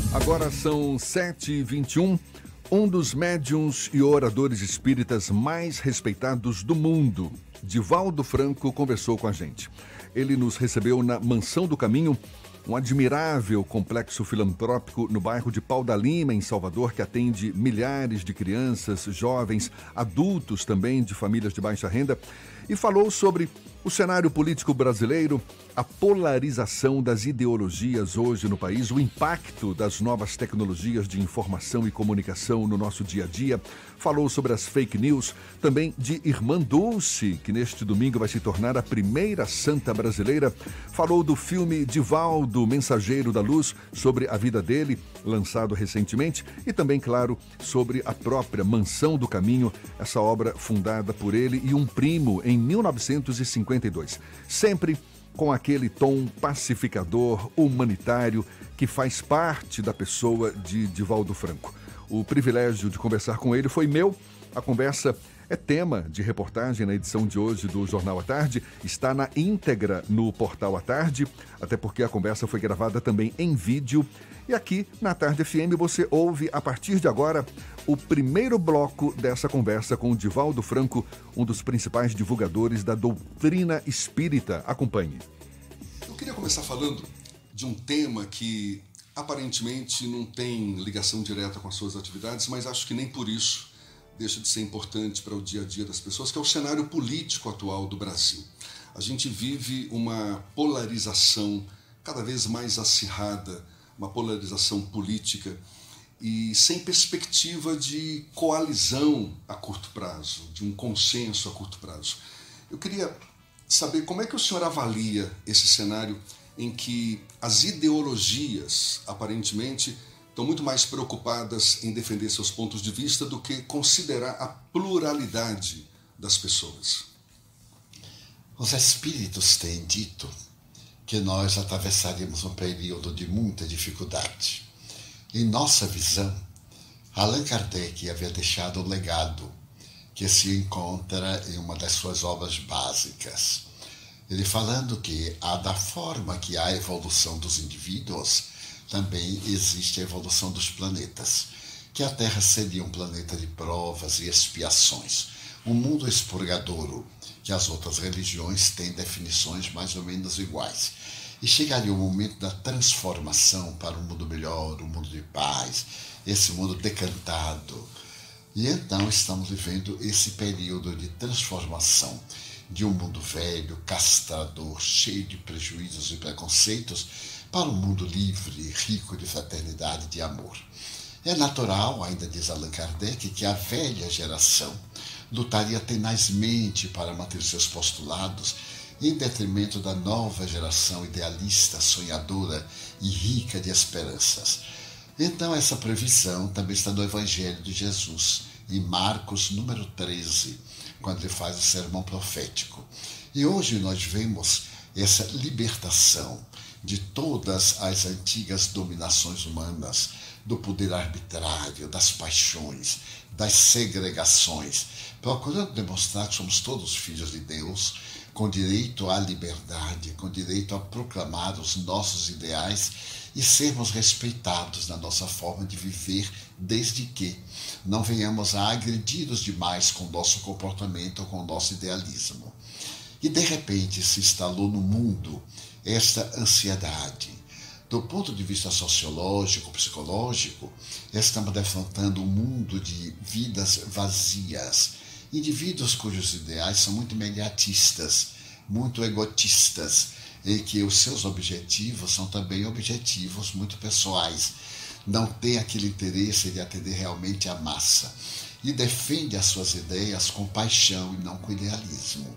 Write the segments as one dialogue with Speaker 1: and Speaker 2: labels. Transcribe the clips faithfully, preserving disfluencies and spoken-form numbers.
Speaker 1: Agora são sete e vinte e um. Um dos médiuns e oradores espíritas mais respeitados do mundo, Divaldo Franco, conversou com a gente. Ele nos recebeu na Mansão do Caminho, um admirável complexo filantrópico no bairro de Pau da Lima, em Salvador, que atende milhares de crianças, jovens, adultos também de famílias de baixa renda, e falou sobre o cenário político brasileiro, a polarização das ideologias hoje no país, o impacto das novas tecnologias de informação e comunicação no nosso dia a dia. Falou sobre as fake news, também de Irmã Dulce, que neste domingo vai se tornar a primeira santa brasileira. Falou do filme Divaldo, Mensageiro da Luz, sobre a vida dele, lançado recentemente, e também, claro, sobre a própria Mansão do Caminho, essa obra fundada por ele e um primo em mil novecentos e cinquenta e dois. Sempre com aquele tom pacificador, humanitário, que faz parte da pessoa de Divaldo Franco. O privilégio de conversar com ele foi meu. A conversa é tema de reportagem na edição de hoje do Jornal à Tarde. Está na íntegra no portal à Tarde, até porque a conversa foi gravada também em vídeo. E aqui na Tarde F M você ouve, a partir de agora, o primeiro bloco dessa conversa com o Divaldo Franco, um dos principais divulgadores da doutrina espírita. Acompanhe.
Speaker 2: Eu queria começar falando de um tema que aparentemente não tem ligação direta com as suas atividades, mas acho que nem por isso deixa de ser importante para o dia a dia das pessoas, que é o cenário político atual do Brasil. A gente vive uma polarização cada vez mais acirrada, uma polarização política e sem perspectiva de coalizão a curto prazo, de um consenso a curto prazo. Eu queria saber como é que o senhor avalia esse cenário em que as ideologias, aparentemente, estão muito mais preocupadas em defender seus pontos de vista do que considerar a pluralidade das pessoas.
Speaker 3: Os espíritos têm dito que nós atravessaríamos um período de muita dificuldade. Em nossa visão, Allan Kardec havia deixado um legado que se encontra em uma das suas obras básicas. Ele falando que, a, da forma que há a evolução dos indivíduos, também existe a evolução dos planetas, que a Terra seria um planeta de provas e expiações, um mundo expurgadouro, que as outras religiões têm definições mais ou menos iguais. E chegaria o momento da transformação para um mundo melhor, um mundo de paz, esse mundo decantado. E então estamos vivendo esse período de transformação de um mundo velho, castrador, cheio de prejuízos e preconceitos, para um mundo livre, rico de fraternidade e de amor. É natural, ainda diz Allan Kardec, que a velha geração lutaria tenazmente para manter seus postulados em detrimento da nova geração idealista, sonhadora e rica de esperanças. Então essa previsão também está no Evangelho de Jesus, em Marcos número treze, quando ele faz o sermão profético. E hoje nós vemos essa libertação de todas as antigas dominações humanas, do poder arbitrário, das paixões, das segregações, procurando demonstrar que somos todos filhos de Deus, com direito à liberdade, com direito a proclamar os nossos ideais e sermos respeitados na nossa forma de viver, desde que não venhamos a agredir-os demais com o nosso comportamento ou com o nosso idealismo. E de repente se instalou no mundo esta ansiedade. Do ponto de vista sociológico, psicológico, estamos defrontando um mundo de vidas vazias, indivíduos cujos ideais são muito imediatistas, muito egotistas, em que os seus objetivos são também objetivos muito pessoais, não tem aquele interesse de atender realmente a massa, e defende as suas ideias com paixão e não com idealismo.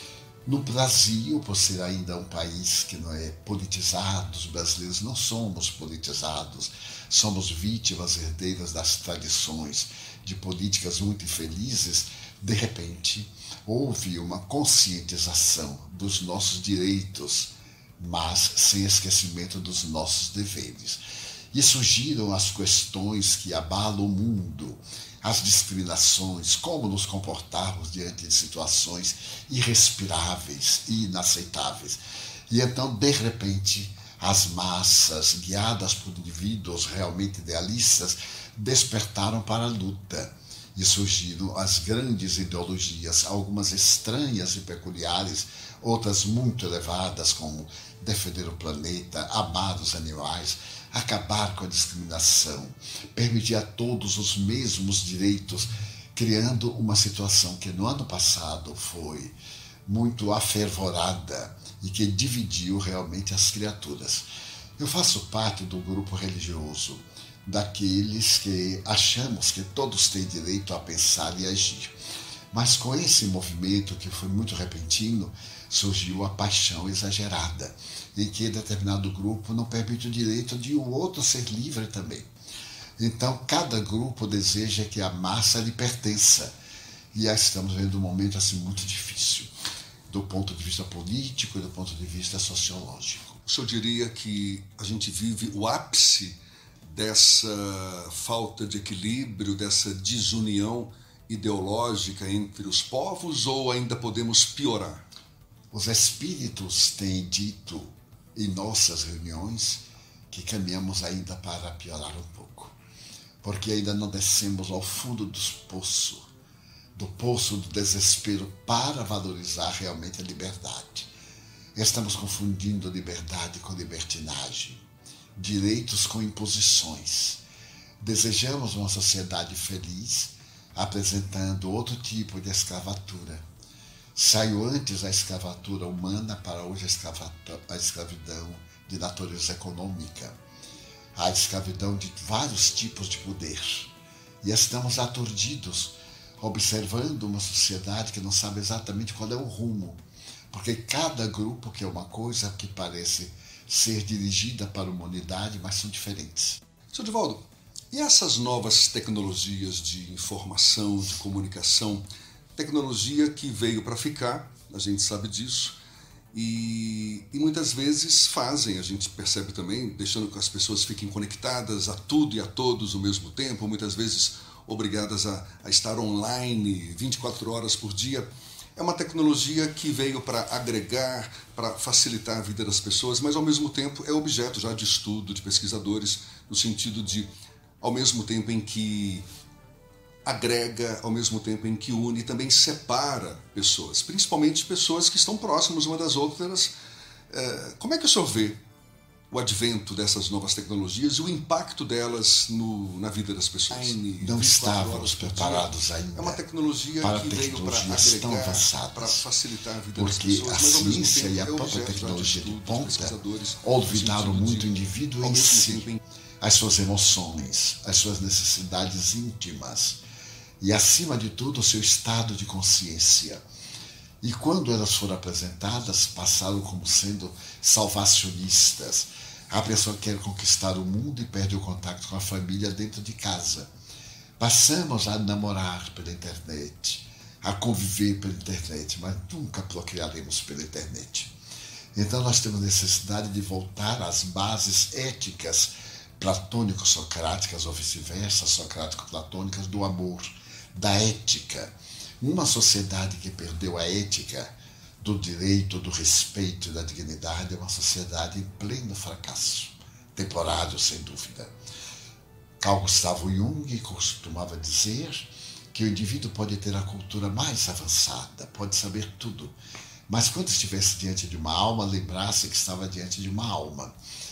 Speaker 3: No Brasil, por ser ainda um país que não é politizado, os brasileiros não somos politizados, somos vítimas herdeiras das tradições de políticas muito infelizes. De repente, houve uma conscientização dos nossos direitos, mas sem esquecimento dos nossos deveres. E surgiram as questões que abalam o mundo, as discriminações, como nos comportarmos diante de situações irrespiráveis e inaceitáveis. E então, de repente, As massas, guiadas por indivíduos realmente idealistas, despertaram para a luta e surgiram as grandes ideologias, algumas estranhas e peculiares, outras muito elevadas, como defender o planeta, amar os animais, acabar com a discriminação, permitir a todos os mesmos direitos, criando uma situação que no ano passado foi muito afervorada e que dividiu realmente as criaturas. Eu faço parte do grupo religioso daqueles que achamos que todos têm direito a pensar e agir. Mas com esse movimento, que foi muito repentino, surgiu a paixão exagerada, em que determinado grupo não permite o direito de o outro ser livre também. Então, cada grupo deseja que a massa lhe pertença. E já estamos vendo um momento assim muito difícil, do ponto de vista político e do ponto de vista sociológico.
Speaker 2: O senhor diria que a gente vive o ápice dessa falta de equilíbrio, dessa desunião ideológica entre os povos, ou ainda podemos piorar?
Speaker 3: Os espíritos têm dito em nossas reuniões que caminhamos ainda para piorar um pouco, porque ainda não descemos ao fundo do poço, do poço do desespero, para valorizar realmente a liberdade. Estamos confundindo liberdade com libertinagem, direitos com imposições. Desejamos uma sociedade feliz, apresentando outro tipo de escravatura. Saiu antes a escravatura humana para hoje a escravidão de natureza econômica, a escravidão de vários tipos de poder. E estamos aturdidos, observando uma sociedade que não sabe exatamente qual é o rumo, porque cada grupo quer uma coisa que parece ser dirigida para a humanidade, mas são diferentes.
Speaker 2: Senhor Divaldo, e essas novas tecnologias de informação, de comunicação, tecnologia que veio para ficar, a gente sabe disso, e, e muitas vezes fazem, a gente percebe também, deixando que as pessoas fiquem conectadas a tudo e a todos ao mesmo tempo, muitas vezes obrigadas a, a estar online vinte e quatro horas por dia. É uma tecnologia que veio para agregar, para facilitar a vida das pessoas, mas ao mesmo tempo é objeto já de estudo de pesquisadores, no sentido de, ao mesmo tempo em que agrega, ao mesmo tempo em que une, também separa pessoas, principalmente pessoas que estão próximas umas das outras. Como é que o senhor vê o advento dessas novas tecnologias e o impacto delas no, na vida das pessoas?
Speaker 3: Não estávamos preparados ainda
Speaker 2: é uma tecnologia
Speaker 3: para
Speaker 2: que veio para agregar, para facilitar a vida das pessoas,
Speaker 3: porque a ciência e a própria tecnologia de ponta olvidaram muito o indivíduo em si, as suas emoções, as suas necessidades íntimas e, acima de tudo, o seu estado de consciência. E quando elas foram apresentadas, passaram como sendo salvacionistas. A pessoa quer conquistar o mundo e perde o contato com a família dentro de casa. Passamos a namorar pela internet, a conviver pela internet, mas nunca procriaremos pela internet. Então nós temos necessidade de voltar às bases éticas platônico-socráticas ou vice-versa, socrático-platônicas, do amor, da ética. Uma sociedade que perdeu a ética do direito, do respeito e da dignidade é uma sociedade em pleno fracasso, temporário, sem dúvida. Carl Gustavo Jung costumava dizer que o indivíduo pode ter a cultura mais avançada, pode saber tudo, mas quando estivesse diante de uma alma, lembrasse que estava diante de uma alma.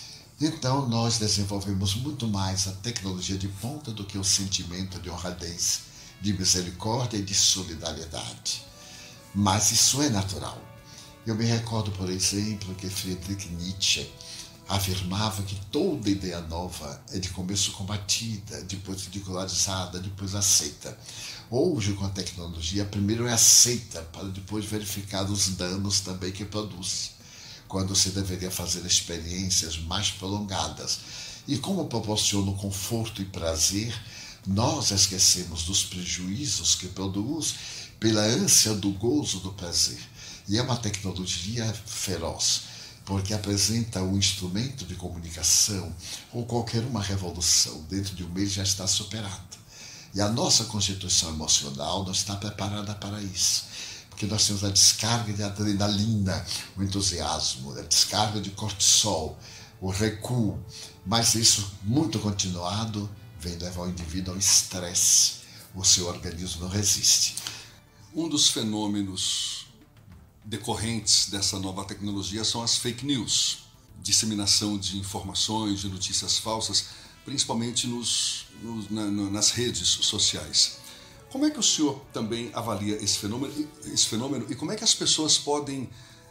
Speaker 3: Então nós desenvolvemos muito mais a tecnologia de ponta do que o sentimento de honradez, de misericórdia e de solidariedade. Mas isso é natural. Eu me recordo, por exemplo, que Friedrich Nietzsche afirmava que toda ideia nova é de começo combatida, depois ridicularizada, depois aceita. Hoje, com a tecnologia, primeiro é aceita, para depois verificar os danos também que produz, quando se deveria fazer experiências mais prolongadas. E como proporciona o conforto e prazer, nós esquecemos dos prejuízos que produz pela ânsia do gozo do prazer. E é uma tecnologia feroz, porque apresenta um instrumento de comunicação ou qualquer uma revolução, dentro de um mês já está superada. E a nossa constituição emocional não está preparada para isso, porque nós temos a descarga de adrenalina, o entusiasmo, a descarga de cortisol, o recuo, mas isso muito continuado vem levar o indivíduo ao estresse, o seu organismo não resiste.
Speaker 2: Um dos fenômenos decorrentes dessa nova tecnologia são as fake news, disseminação de informações, de notícias falsas, principalmente nos, nos, na, nas redes sociais. Como é que o senhor também avalia esse fenômeno, esse fenômeno e como é que as pessoas podem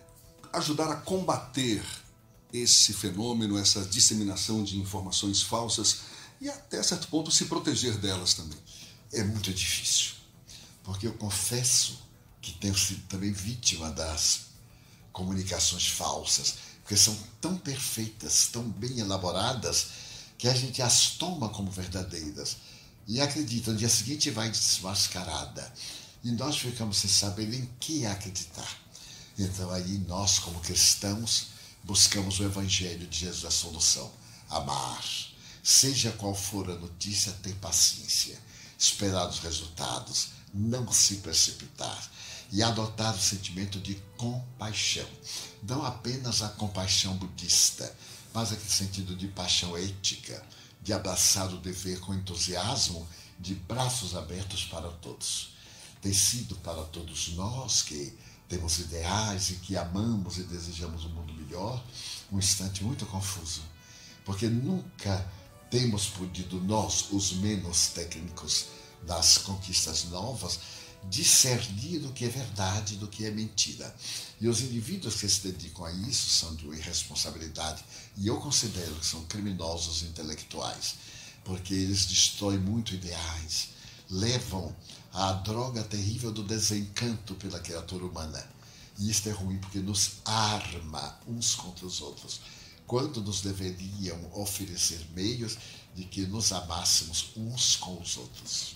Speaker 2: ajudar a combater esse fenômeno, essa disseminação de informações falsas e até certo ponto se proteger delas também?
Speaker 3: É muito difícil, porque eu confesso que tenho sido também vítima das comunicações falsas, porque são tão perfeitas, tão bem elaboradas, que a gente as toma como verdadeiras e acredita, no dia seguinte vai desmascarada. E nós ficamos sem saber em que acreditar. Então aí nós, como cristãos, buscamos o Evangelho de Jesus, a solução. Amar. Seja qual for a notícia, ter paciência. Esperar os resultados. Não se precipitar. E adotar o sentimento de compaixão. Não apenas a compaixão budista, mas aquele sentido de paixão ética, de abraçar o dever com entusiasmo, de braços abertos para todos. Tem sido para todos nós que temos ideais e que amamos e desejamos um mundo melhor, um instante muito confuso, porque nunca temos podido nós, os menos técnicos das conquistas novas, discernir o que é verdade do que é mentira. E os indivíduos que se dedicam a isso são de uma irresponsabilidade, e eu considero que são criminosos intelectuais, porque eles destroem muito ideais, levam à droga terrível do desencanto pela criatura humana. E isto é ruim porque nos arma uns contra os outros, quando nos deveriam oferecer meios de que nos amássemos uns com os outros.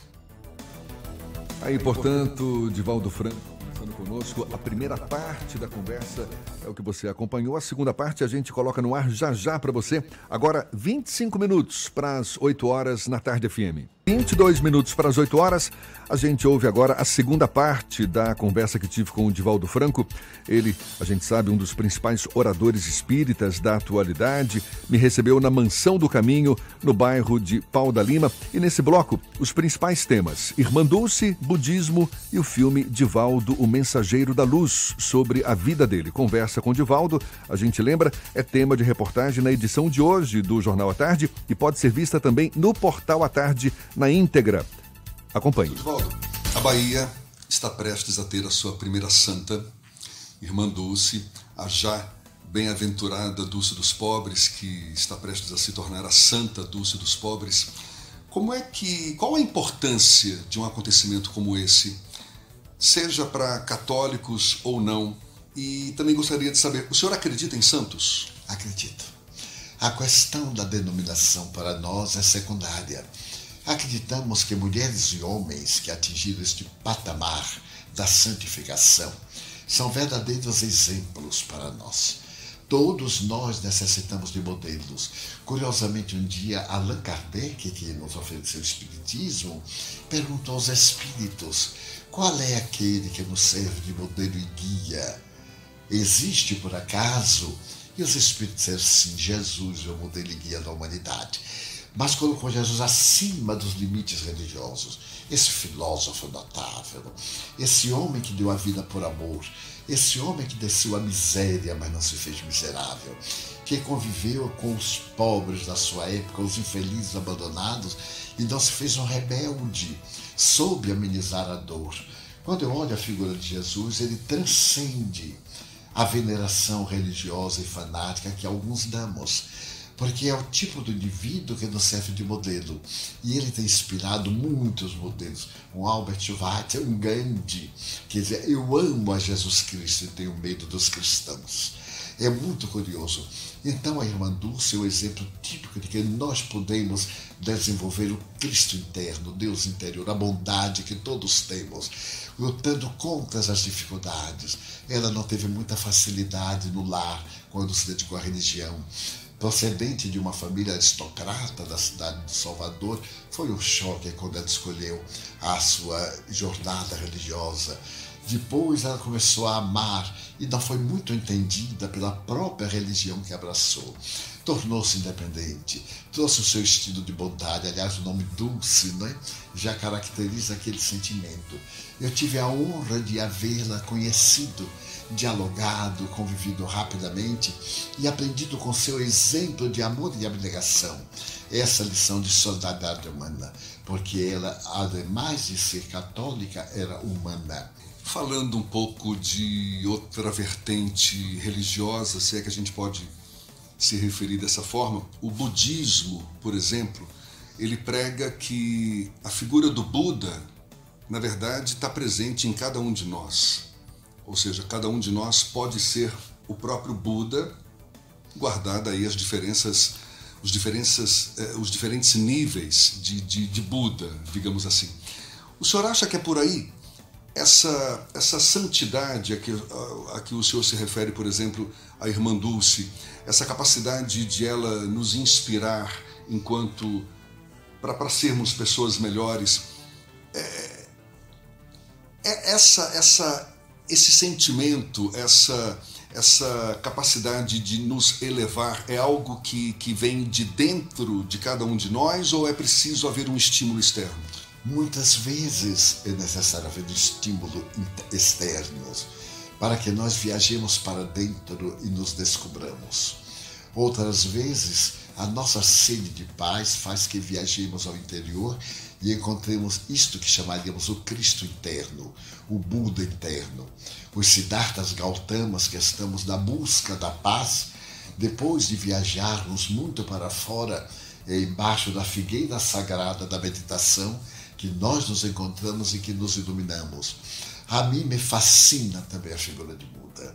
Speaker 1: Aí, portanto, Divaldo Franco conversando conosco. A primeira parte da conversa é o que você acompanhou. A segunda parte a gente coloca no ar já já para você. Agora, vinte e cinco minutos para as oito horas na Tarde F M. vinte e dois minutos para as oito horas, a gente ouve agora a segunda parte da conversa que tive com o Divaldo Franco. Ele, a gente sabe, um dos principais oradores espíritas da atualidade, me recebeu na Mansão do Caminho, no bairro de Pau da Lima. E nesse bloco, os principais temas: Irmã Dulce, budismo e o filme Divaldo, o Mensageiro da Luz, sobre a vida dele. Conversa com Divaldo, a gente lembra, é tema de reportagem na edição de hoje do Jornal à Tarde e pode ser vista também no Portal à Tarde, na íntegra. Acompanhe.
Speaker 2: Divaldo, a Bahia está prestes a ter a sua primeira santa, Irmã Dulce, a já bem-aventurada Dulce dos Pobres, que está prestes a se tornar a Santa Dulce dos Pobres. Como é que, qual a importância de um acontecimento como esse, seja para católicos ou não? E também gostaria de saber, o senhor acredita em santos?
Speaker 3: Acredito. A questão da denominação para nós é secundária. Acreditamos que mulheres e homens que atingiram este patamar da santificação são verdadeiros exemplos para nós. Todos nós necessitamos de modelos. Curiosamente, um dia, Allan Kardec, que nos ofereceu o Espiritismo, perguntou aos espíritos: qual é aquele que nos serve de modelo e guia? Existe, por acaso? E os espíritos disseram: sim, Jesus é o modelo e guia da humanidade. Mas colocou Jesus acima dos limites religiosos. Esse filósofo notável, esse homem que deu a vida por amor, esse homem que desceu à miséria, mas não se fez miserável, que conviveu com os pobres da sua época, os infelizes abandonados, e não se fez um rebelde, soube amenizar a dor. Quando eu olho a figura de Jesus, ele transcende a veneração religiosa e fanática que alguns damos, porque é o tipo do indivíduo que nos serve de modelo. E ele tem inspirado muitos modelos. Um Albert Schweitzer, um Gandhi, que diz: eu amo a Jesus Cristo e tenho medo dos cristãos. É muito curioso. Então a Irmã Dulce é o exemplo típico de que nós podemos desenvolver o Cristo interno, o Deus interior, a bondade que todos temos, lutando contra as dificuldades. Ela não teve muita facilidade no lar quando se dedicou à religião. Procedente de uma família aristocrata da cidade de Salvador, foi um choque quando ela escolheu a sua jornada religiosa. Depois ela começou a amar e não foi muito entendida pela própria religião que abraçou. tornou-se independente, trouxe o seu estilo de bondade, aliás, o nome Dulce, né, já caracteriza aquele sentimento. Eu tive a honra de havê-la conhecido, dialogado, convivido rapidamente e aprendido com seu exemplo de amor e abnegação, essa lição de solidariedade humana, porque ela, ademais de ser católica, era humana.
Speaker 2: Falando um pouco de outra vertente religiosa, se é que a gente pode se referir dessa forma, o budismo, por exemplo, ele prega que a figura do Buda, na verdade, está presente em cada um de nós. Ou seja, cada um de nós pode ser o próprio Buda, guardada aí as diferenças, os, diferenças, eh, os diferentes níveis de, de, de Buda, digamos assim. O senhor acha que é por aí? Essa, essa santidade a que, a, a que o senhor se refere, por exemplo, a irmã Dulce, essa capacidade de ela nos inspirar enquanto para sermos pessoas melhores, é, é essa, essa, esse sentimento, essa, essa capacidade de nos elevar é algo que, que vem de dentro de cada um de nós ou é preciso haver um estímulo externo?
Speaker 3: Muitas vezes é necessário haver um estímulo externo para que nós viajemos para dentro e nos descobramos. Outras vezes, a nossa sede de paz faz que viajemos ao interior e encontremos isto que chamaríamos o Cristo interno, o Buda interno. Os Siddharthas Gautamas, que estamos na busca da paz, depois de viajarmos muito para fora, embaixo da figueira sagrada da meditação, que nós nos encontramos e que nos iluminamos. A mim me fascina também a figura de Buda,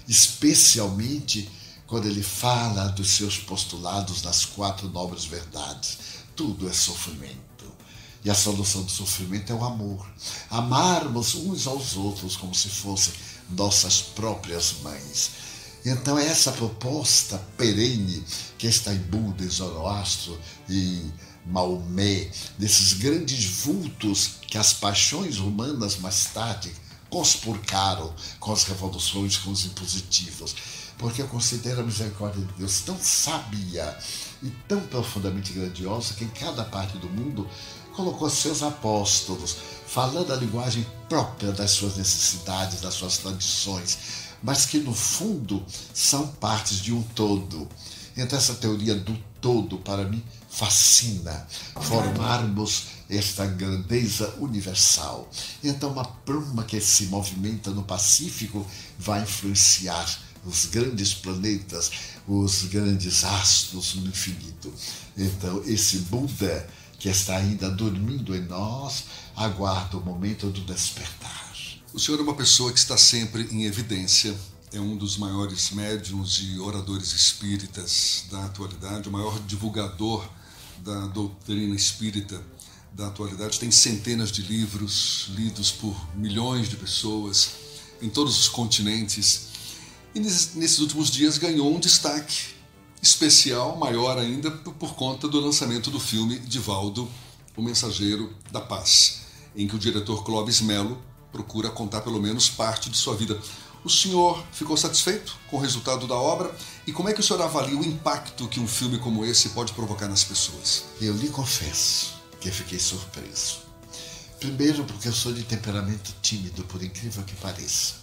Speaker 3: especialmente quando ele fala dos seus postulados nas quatro nobres verdades. Tudo é sofrimento. E a solução do sofrimento é o amor. Amarmos uns aos outros como se fossem nossas próprias mães. Então é essa proposta perene que está em Buda, em Zoroastro e Maomé, desses grandes vultos que as paixões humanas mais tarde conspurcaram com as revoluções, com os impositivos. Porque eu considero a misericórdia de Deus tão sábia e tão profundamente grandiosa que em cada parte do mundo colocou seus apóstolos, falando a linguagem própria das suas necessidades, das suas tradições, mas que no fundo são partes de um todo. Então essa teoria do todo, para mim, fascina, formarmos esta grandeza universal. Então uma pluma que se movimenta no Pacífico vai influenciar os grandes planetas, os grandes astros no infinito. Então esse Buda que está ainda dormindo em nós, aguarda o momento do despertar.
Speaker 2: O senhor é uma pessoa que está sempre em evidência, é um dos maiores médiuns e oradores espíritas da atualidade, o maior divulgador da doutrina espírita da atualidade, tem centenas de livros lidos por milhões de pessoas em todos os continentes e nesses últimos dias ganhou um destaque especial, maior ainda, por conta do lançamento do filme Divaldo, o Mensageiro da Paz, em que o diretor Clóvis Mello procura contar pelo menos parte de sua vida. O senhor ficou satisfeito com o resultado da obra? E como é que o senhor avalia o impacto que um filme como esse pode provocar nas pessoas?
Speaker 3: Eu lhe confesso que fiquei surpreso. Primeiro porque eu sou de temperamento tímido, por incrível que pareça.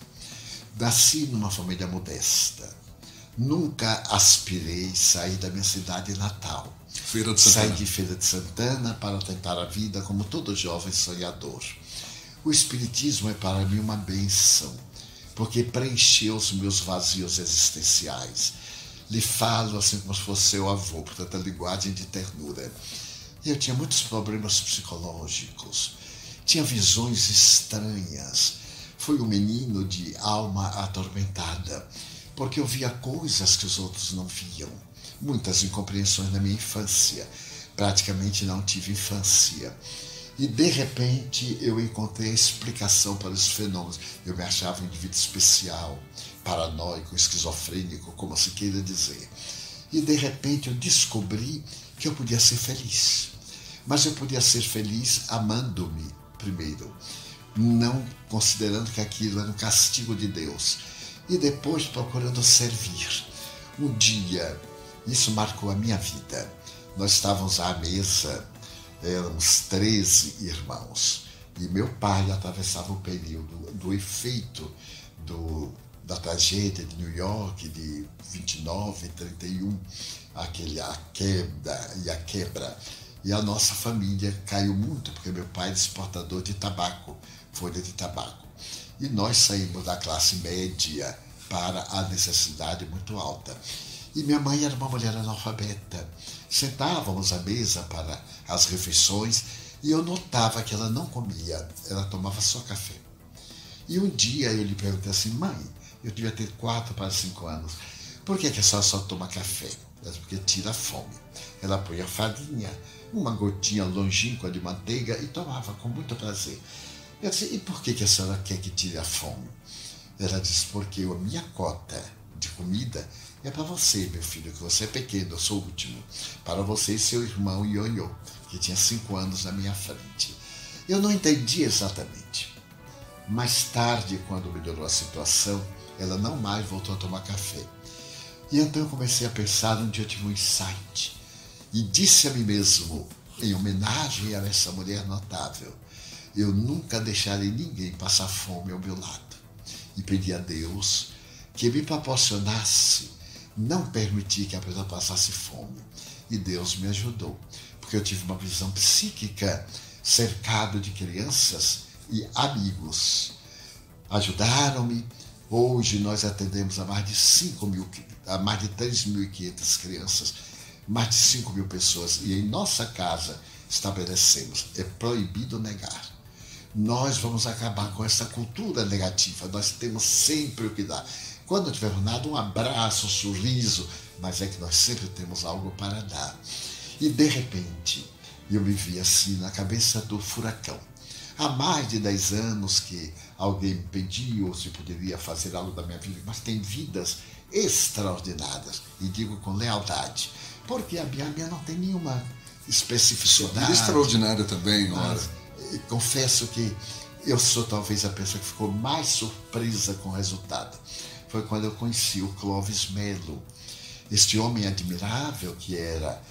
Speaker 3: Nasci numa família modesta. Nunca aspirei sair da minha cidade natal.
Speaker 2: Feira de Santana.
Speaker 3: Saí de Feira de Santana para tentar a vida como todo jovem sonhador. O espiritismo é para mim uma bênção, porque preencheu os meus vazios existenciais. Lhe falo assim como se fosse seu avô, portanto a linguagem de ternura. Eu tinha muitos problemas psicológicos, tinha visões estranhas. Fui um menino de alma atormentada, porque eu via coisas que os outros não viam. Muitas incompreensões na minha infância. Praticamente não tive infância. E, de repente, eu encontrei a explicação para os fenômenos. Eu me achava um indivíduo especial, paranoico, esquizofrênico, como se queira dizer. E, de repente, eu descobri que eu podia ser feliz. Mas eu podia ser feliz amando-me, primeiro, não considerando que aquilo era um castigo de Deus. E depois procurando servir. Um dia Isso marcou a minha vida. Nós estávamos à mesa, éramos treze irmãos, e meu pai atravessava o período do efeito do, da tragédia de New York de vinte e nove, trinta e um, aquele, a queda e a quebra. E a nossa família caiu muito, porque meu pai era exportador de tabaco, folha de tabaco. E nós saímos da classe média para a necessidade muito alta. E minha mãe era uma mulher analfabeta. Sentávamos à mesa para as refeições e eu notava que ela não comia, ela tomava só café. E um dia eu lhe perguntei assim: mãe, eu devia ter quatro para cinco anos, por que, que a senhora só toma café? Ela disse: porque tira a fome. Ela põe a farinha, uma gotinha longínqua de manteiga e tomava com muito prazer. Eu disse: e por que, que a senhora quer que tire a fome? Ela disse: porque a minha cota de comida é para você, meu filho, que você é pequeno, eu sou o último. Para você e seu irmão Ionho, que tinha cinco anos na minha frente. Eu não entendi exatamente. Mais tarde, quando melhorou a situação, ela não mais voltou a tomar café. E então eu comecei a pensar, um dia eu tive um insight. E disse a mim mesmo, em homenagem a essa mulher notável: eu nunca deixarei ninguém passar fome ao meu lado. E pedi a Deus que me proporcionasse não permitir que a pessoa passasse fome. E Deus me ajudou, porque eu tive uma visão psíquica cercado de crianças e amigos. Ajudaram-me. Hoje nós atendemos a mais de cinco mil, a mais de três mil e quinhentas crianças, mais de cinco mil pessoas. E em nossa casa estabelecemos: é proibido negar. Nós vamos acabar com essa cultura negativa. Nós temos sempre o que dar. Quando tivermos nada, um abraço, um sorriso, mas é que nós sempre temos algo para dar. E de repente, eu me vi assim na cabeça do furacão. Há mais de dez anos que alguém me pediu se poderia fazer algo da minha vida, mas tem vidas extraordinárias, e digo com lealdade, porque a minha, a minha não tem nenhuma especificidade.
Speaker 2: Extraordinária também, não
Speaker 3: mas,
Speaker 2: é?
Speaker 3: Confesso que eu sou talvez a pessoa que ficou mais surpresa com o resultado. Foi quando eu conheci o Clóvis Melo, este homem admirável que era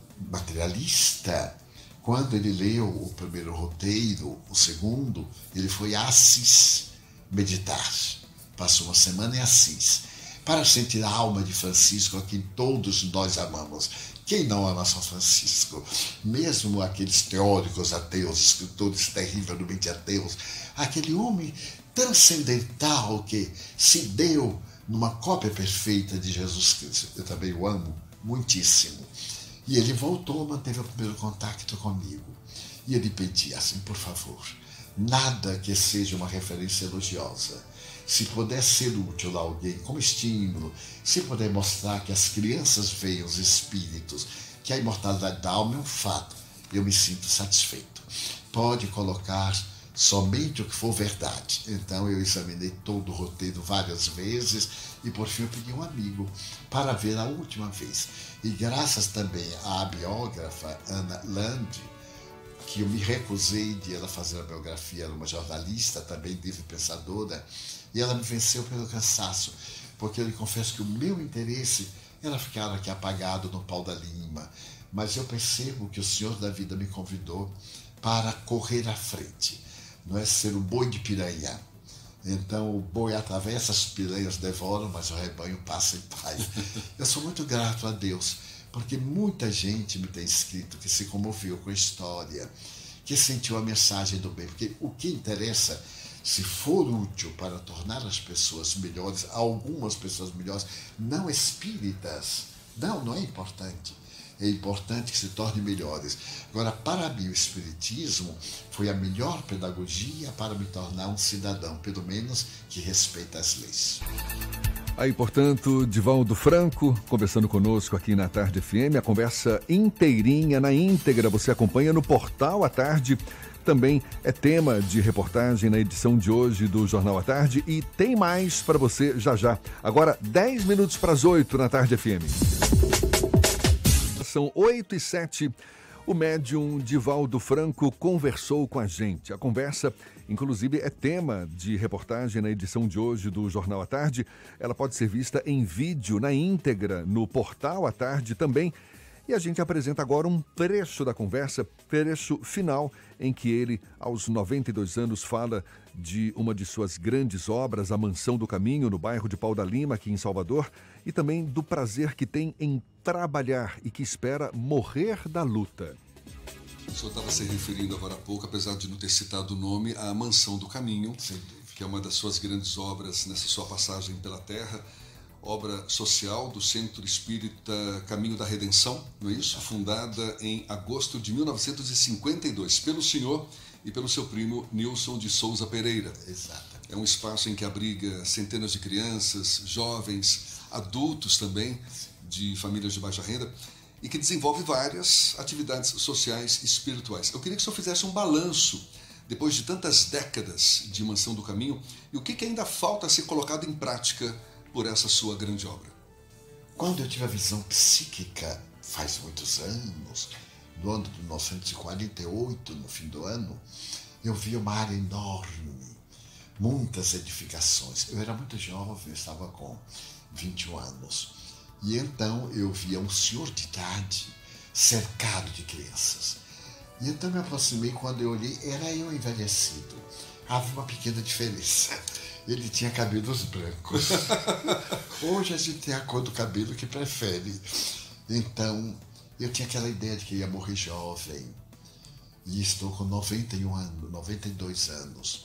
Speaker 3: materialista. Quando ele leu o primeiro roteiro, o segundo, ele foi a Assis meditar. Passou uma semana em Assis, para sentir a alma de Francisco, a quem todos nós amamos. Quem não ama São Francisco? Mesmo aqueles teóricos ateus, escritores terrivelmente ateus, aquele homem transcendental que se deu numa cópia perfeita de Jesus Cristo. Eu também o amo muitíssimo. E ele voltou, manteve o primeiro contato comigo. E ele pedia assim: por favor, nada que seja uma referência elogiosa. Se puder ser útil a alguém como estímulo, se puder mostrar que as crianças veem os espíritos, que a imortalidade da alma é um fato, eu me sinto satisfeito. Pode colocar somente o que for verdade. Então eu examinei todo o roteiro várias vezes e por fim eu pedi um amigo para ver a última vez. E graças também à biógrafa Ana Land, que eu me recusei de ela fazer a biografia, era uma jornalista, também livre pensadora, e ela me venceu pelo cansaço, porque eu lhe confesso que o meu interesse era ficar aqui apagado no pau da lima, mas eu percebo que o Senhor da vida me convidou para correr à frente, não é ser o boi de piranha. Então o boi atravessa, as piranhas devoram, mas o rebanho passa em paz. Eu sou muito grato a Deus, porque muita gente me tem escrito que se comoveu com a história, que sentiu a mensagem do bem, porque o que interessa, se for útil para tornar as pessoas melhores, algumas pessoas melhores, não espíritas, não, não é importante. É importante que se tornem melhores. Agora, para mim, o Espiritismo foi a melhor pedagogia para me tornar um cidadão, pelo menos que respeita as leis.
Speaker 1: Aí, portanto, Divaldo Franco, conversando conosco aqui na Tarde F M, a conversa inteirinha, na íntegra, você acompanha no portal à tarde. Também é tema de reportagem na edição de hoje do Jornal à Tarde e tem mais para você já já. Agora, dez minutos para as oito na Tarde F M. São oito e sete. O médium Divaldo Franco conversou com a gente. A conversa, inclusive, é tema de reportagem na edição de hoje do Jornal à Tarde. Ela pode ser vista em vídeo, na íntegra, no portal à tarde também. E a gente apresenta agora um trecho da conversa, trecho final, em que ele, aos noventa e dois anos, fala de uma de suas grandes obras, A Mansão do Caminho, no bairro de Pau da Lima, aqui em Salvador, e também do prazer que tem em trabalhar e que espera morrer da luta.
Speaker 2: O senhor estava se referindo agora há pouco, apesar de não ter citado o nome, A Mansão do Caminho, que é uma das suas grandes obras nessa sua passagem pela Terra, obra social do Centro Espírita Caminho da Redenção, não é isso? Fundada em agosto de mil novecentos e cinquenta e dois pelo senhor e pelo seu primo Nilson de Souza Pereira.
Speaker 3: Exato.
Speaker 2: É um espaço em que abriga centenas de crianças, jovens, adultos também, de famílias de baixa renda, e que desenvolve várias atividades sociais e espirituais. Eu queria que o senhor fizesse um balanço, depois de tantas décadas de Mansão do Caminho, e o que, que ainda falta a ser colocado em prática por essa sua grande obra.
Speaker 3: Quando eu tive a visão psíquica, faz muitos anos, no ano de mil novecentos e quarenta e oito, no fim do ano, eu vi uma área enorme, muitas edificações. Eu era muito jovem, eu estava com vinte e um anos. E então eu via um senhor de idade cercado de crianças. E então me aproximei, quando eu olhei, era eu envelhecido. Havia uma pequena diferença. Ele tinha cabelos brancos. Hoje a gente tem a cor do cabelo que prefere. Então, eu tinha aquela ideia de que ia morrer jovem. E estou com noventa e um anos, noventa e dois anos.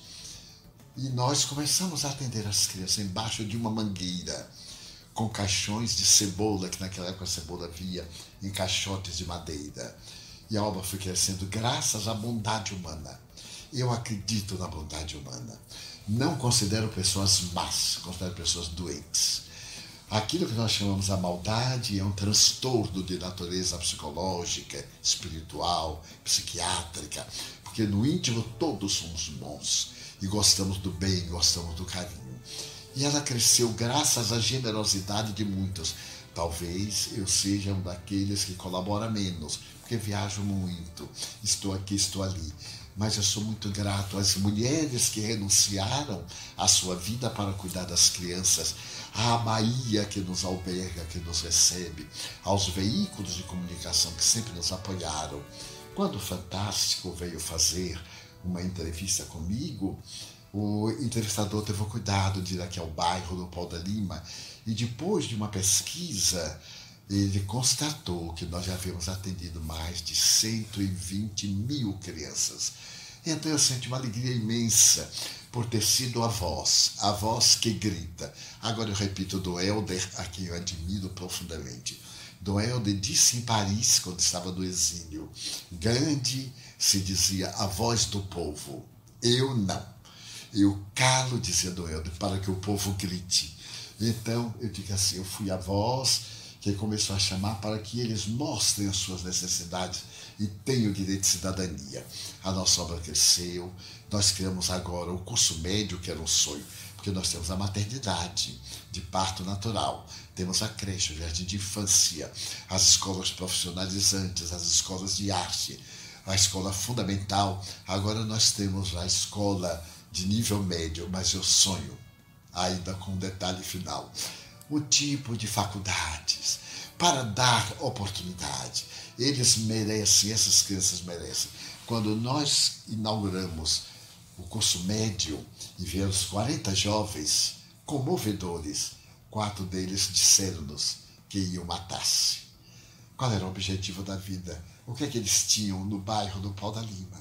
Speaker 3: E nós começamos a atender as crianças embaixo de uma mangueira, com caixões de cebola, que naquela época a cebola via em caixotes de madeira. E a obra foi crescendo graças à bondade humana. Eu acredito na bondade humana. Não considero pessoas más, considero pessoas doentes. Aquilo que nós chamamos a maldade é um transtorno de natureza psicológica, espiritual, psiquiátrica, porque no íntimo todos somos bons e gostamos do bem, gostamos do carinho. E ela cresceu graças à generosidade de muitos. Talvez eu seja um daqueles que colabora menos, porque viajo muito, estou aqui, estou ali. Mas eu sou muito grato às mulheres que renunciaram à sua vida para cuidar das crianças, à Bahia que nos alberga, que nos recebe, aos veículos de comunicação que sempre nos apoiaram. Quando o Fantástico veio fazer uma entrevista comigo, o entrevistador teve o cuidado de ir aqui ao bairro do Pau da Lima e depois de uma pesquisa, ele constatou que nós já havíamos atendido mais de cento e vinte mil crianças. Então eu senti uma alegria imensa por ter sido a voz, a voz que grita. Agora eu repito do Helder, a quem eu admiro profundamente. Do Helder disse em Paris, quando estava no exílio, Gandhi se dizia a voz do povo. Eu não. Eu calo, dizia do Helder, para que o povo grite. Então eu digo assim, eu fui a voz que começou a chamar para que eles mostrem as suas necessidades e tenham o direito de cidadania. A nossa obra cresceu, nós criamos agora o curso médio, que era um sonho, porque nós temos a maternidade de parto natural, temos a creche, o jardim de infância, as escolas profissionalizantes, as escolas de arte, a escola fundamental. Agora nós temos a escola de nível médio, mas eu sonho, ainda com um detalhe final, o tipo de faculdades, para dar oportunidade. Eles merecem, essas crianças merecem. Quando nós inauguramos o curso médio e viemos quarenta jovens comovedores, quatro deles disseram-nos que iam matar-se. Qual era o objetivo da vida? O que é que eles tinham no bairro do Pau da Lima?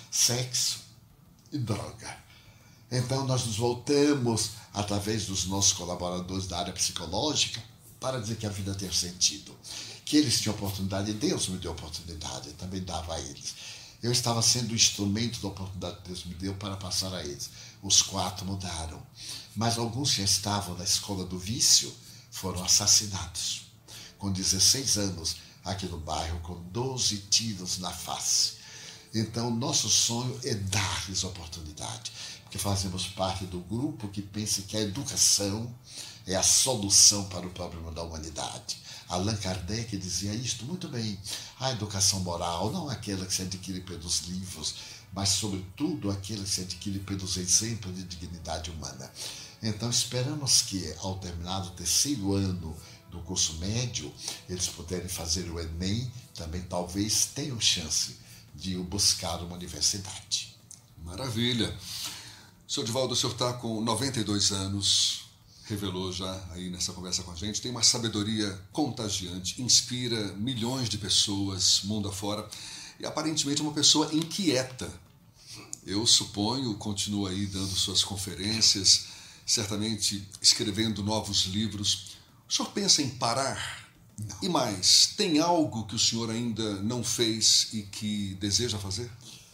Speaker 3: Sexo e droga. Então nós nos voltamos, através dos nossos colaboradores da área psicológica, para dizer que a vida tem sentido. Que eles tinham oportunidade, e Deus me deu oportunidade, eu também dava a eles. Eu estava sendo o instrumento da oportunidade que Deus me deu para passar a eles. Os quatro mudaram. Mas alguns que já estavam na escola do vício foram assassinados. Com dezesseis anos, aqui no bairro, com doze tiros na face. Então, nosso sonho é dar-lhes oportunidade, porque fazemos parte do grupo que pensa que a educação é a solução para o problema da humanidade. Allan Kardec dizia isto muito bem. A educação moral, não aquela que se adquire pelos livros, mas, sobretudo, aquela que se adquire pelos exemplos de dignidade humana. Então, esperamos que, ao terminar o terceiro ano do curso médio, eles puderem fazer o Enem, também talvez tenham chance de buscar uma universidade.
Speaker 2: Maravilha. Senhor Divaldo, o senhor está com noventa e dois anos, revelou já aí nessa conversa com a gente, tem uma sabedoria contagiante, inspira milhões de pessoas mundo afora e aparentemente é uma pessoa inquieta. Eu suponho, continua aí dando suas conferências, certamente escrevendo novos livros. O senhor pensa em parar?
Speaker 3: Não.
Speaker 2: E mais, tem algo que o senhor ainda não fez e que deseja fazer?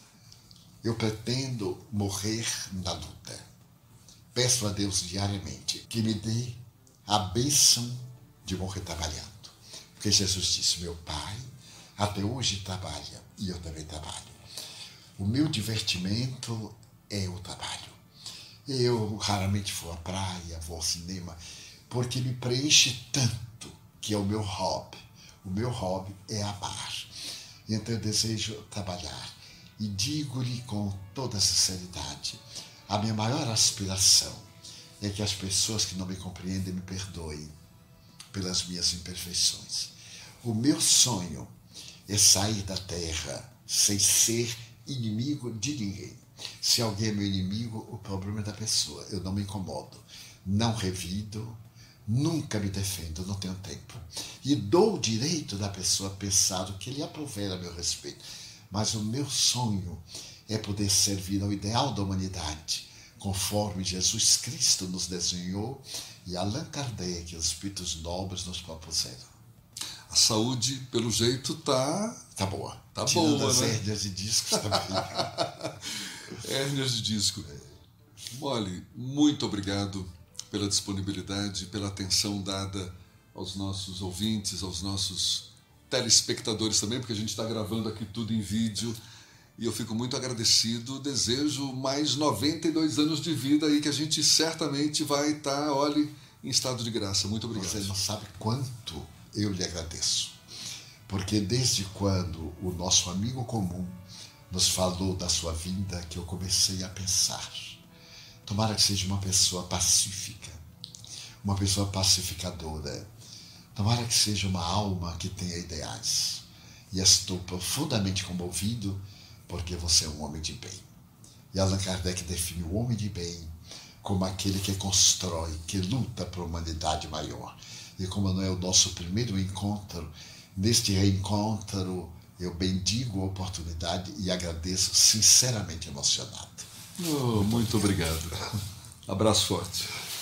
Speaker 3: Eu pretendo morrer na luta. Peço a Deus diariamente que me dê a bênção de morrer trabalhando. Porque Jesus disse, meu Pai até hoje trabalha e eu também trabalho. O meu divertimento é o trabalho. Eu raramente vou à praia, vou ao cinema, porque me preenche tanto que é o meu hobby. O meu hobby é amar. Então eu desejo trabalhar. E digo-lhe com toda sinceridade, a minha maior aspiração é que as pessoas que não me compreendem me perdoem pelas minhas imperfeições. O meu sonho é sair da terra sem ser inimigo de ninguém. Se alguém é meu inimigo, o problema é da pessoa. Eu não me incomodo, não revido, nunca me defendo, não tenho tempo. E dou o direito da pessoa a pensar o que lhe aprouver a meu respeito. Mas o meu sonho é poder servir ao ideal da humanidade, conforme Jesus Cristo nos desenhou e Allan Kardec e os espíritos nobres nos propuseram.
Speaker 2: A saúde, pelo jeito, tá...
Speaker 3: Tá boa.
Speaker 2: Tá
Speaker 3: Tirando
Speaker 2: boa,
Speaker 3: as
Speaker 2: né?
Speaker 3: hérnias de discos também.
Speaker 2: Hérnias de disco. Mole, muito obrigado pela disponibilidade, pela atenção dada aos nossos ouvintes, aos nossos telespectadores também, porque a gente está gravando aqui tudo em vídeo e eu fico muito agradecido. Desejo mais noventa e dois anos de vida aí que a gente certamente vai estar, olhe, em estado de graça. Muito obrigado.
Speaker 3: Você não sabe quanto eu lhe agradeço, porque desde quando o nosso amigo comum nos falou da sua vinda que eu comecei a pensar, tomara que seja uma pessoa pacífica, uma pessoa pacificadora, tomara que seja uma alma que tenha ideais. E estou profundamente comovido porque você é um homem de bem. E Allan Kardec define o homem de bem como aquele que constrói, que luta para uma humanidade maior. E como não é o nosso primeiro encontro, neste reencontro eu bendigo a oportunidade e agradeço sinceramente emocionado.
Speaker 2: Oh, muito obrigado. Abraço forte.